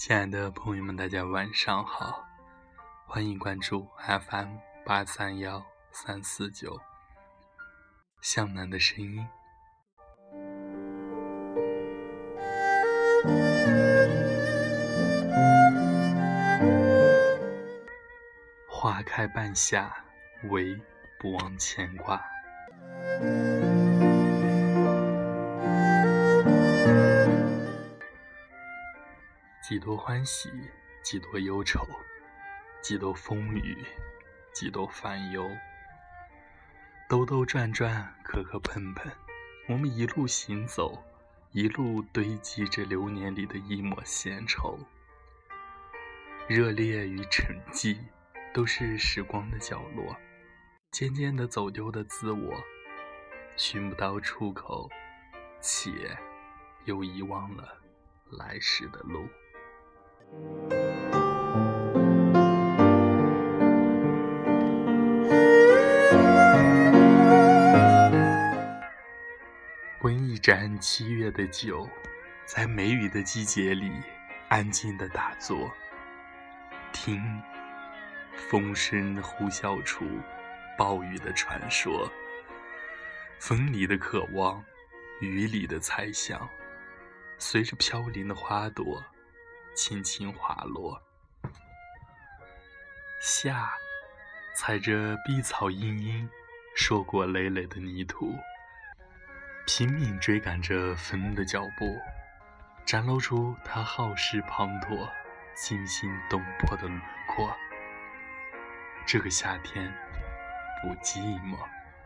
亲爱的朋友们，大家晚上好，欢迎关注 FM831349向南的声音。花开半夏，唯不忘牵挂。几多欢喜，几多忧愁，几多风雨，几多烦忧。兜兜转转，磕磕碰碰，我们一路行走，一路堆积着流年里的一抹闲愁。热烈与沉寂，都是时光的角落，渐渐地走丢的自我，寻不到出口，且又遗忘了来时的路。温一盏7月的酒，在梅雨的季节里安静地打坐，听风声呼啸出暴雨的传说，风里的渴望，雨里的猜想，随着飘零的花朵轻轻滑落。夏踩着碧草茵茵硕果累累的泥土，拼命追赶着风的脚步，展露出它浩势磅礴惊心动魄的轮廓。这个夏天不寂寞。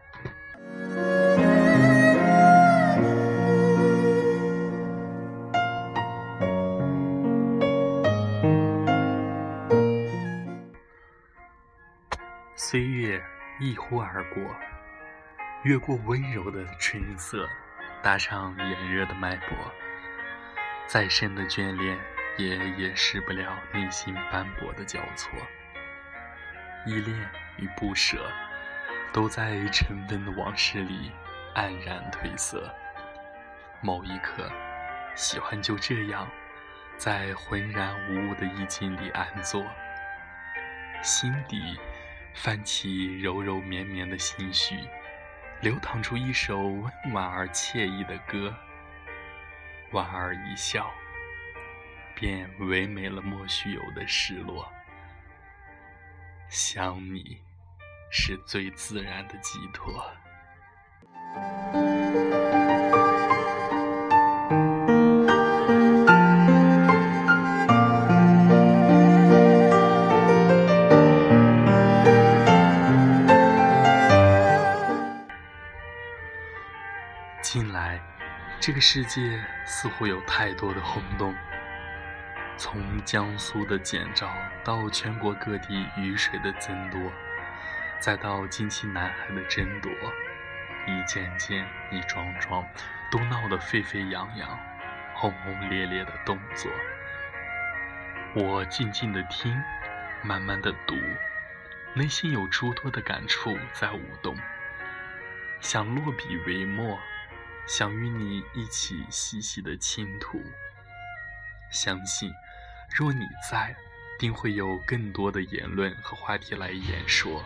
岁月一呼而过，越过温柔的春色，搭上炎热的脉搏，再深的眷恋也掩饰不了内心斑驳的交错。依恋与不舍都在尘封的往事里黯然褪色。某一刻，喜欢就这样在浑然无物的意境里安坐，心底泛起柔柔绵绵的心绪，流淌出一首温婉而惬意的歌。莞尔一笑，便唯美了莫须有的失落。想你是最自然的寄托。近来，这个世界似乎有太多的轰动，从江苏的减棹到全国各地雨水的增多，再到近期南海的争夺，一件件一桩桩都闹得沸沸扬扬，轰轰烈烈的动作。我静静地听，慢慢地读，内心有诸多的感触在舞动，想落笔为墨，想与你一起细细的倾吐。相信若你在，定会有更多的言论和话题来言说。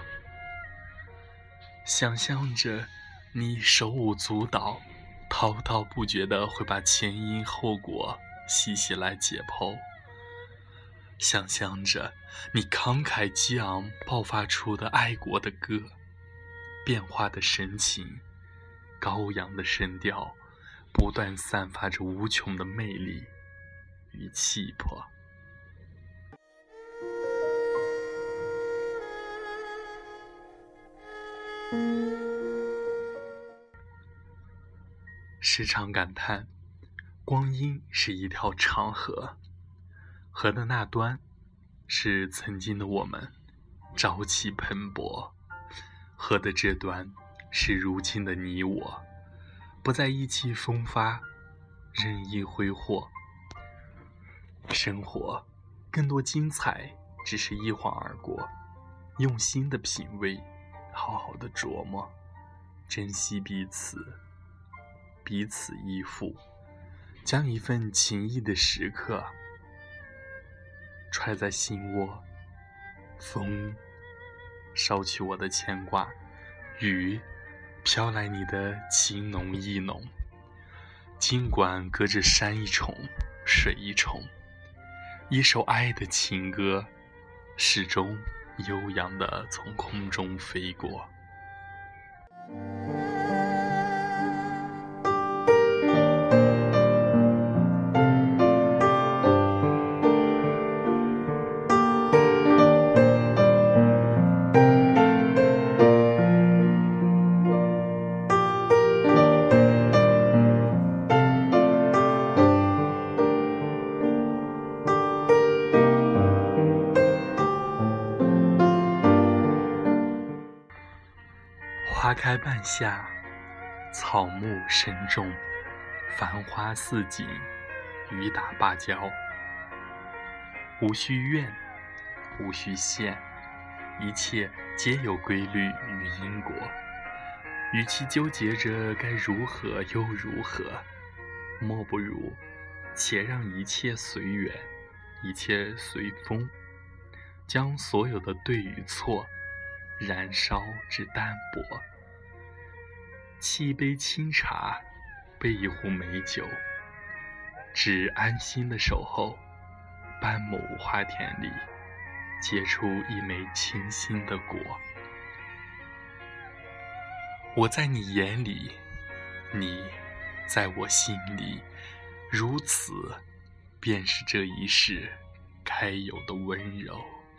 想象着你手舞足蹈，滔滔不绝地会把前因后果细细来解剖。想象着你慷慨激昂爆发出的爱国的歌，变化的神情，高扬的声调，不断散发着无穷的魅力与气魄。时常感叹，光阴是一条长河，河的那端是曾经的我们，朝气蓬勃；河的这端是如今的你我，不再意气风发，任意挥霍。生活更多精彩只是一晃而过，用心的品味，好好的琢磨，珍惜彼此，彼此依附，将一份情谊的时刻揣在心窝，风捎去我的牵挂，雨飘来你的情浓意浓。尽管隔着山一重，水一重，一首爱的情歌始终悠扬地从空中飞过。花开半夏，草木深重，繁花似锦，雨打芭蕉。无需怨，无需羡，一切皆有规律与因果。与其纠结着该如何又如何，莫不如且让一切随缘，一切随风，将所有的对与错燃烧至淡薄。沏一杯清茶，备一壶美酒，只安心的守候半亩无花田里结出一枚清新的果。我在你眼里，你在我心里，如此便是这一世该有的温柔。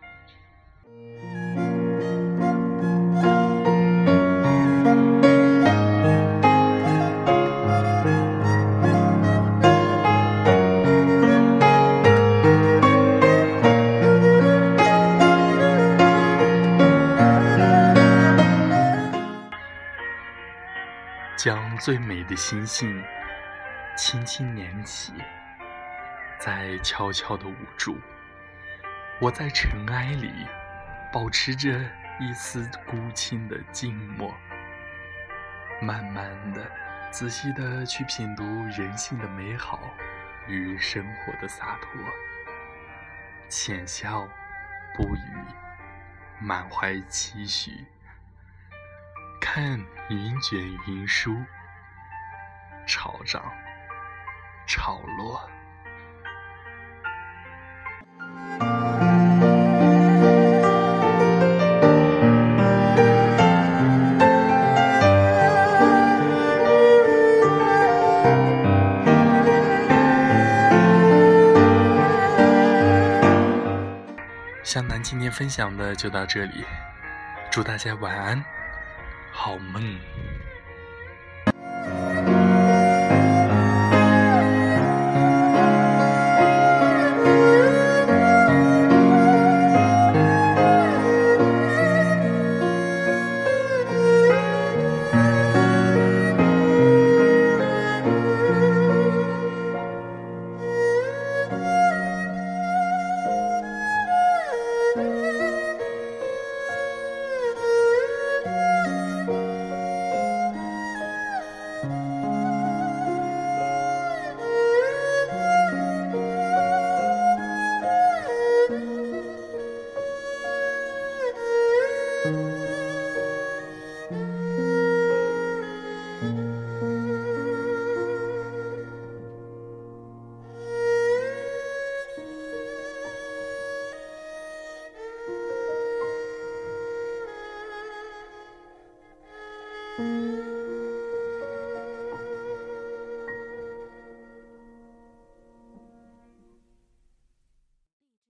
将最美的心性轻轻捻起，再悄悄地捂住。我在尘埃里保持着一丝孤清的静默，慢慢的仔细的去品读人性的美好与生活的洒脱，浅笑不语，满怀期许，看云卷云舒，潮涨潮落。向南今天分享的就到这里，祝大家晚安，好梦。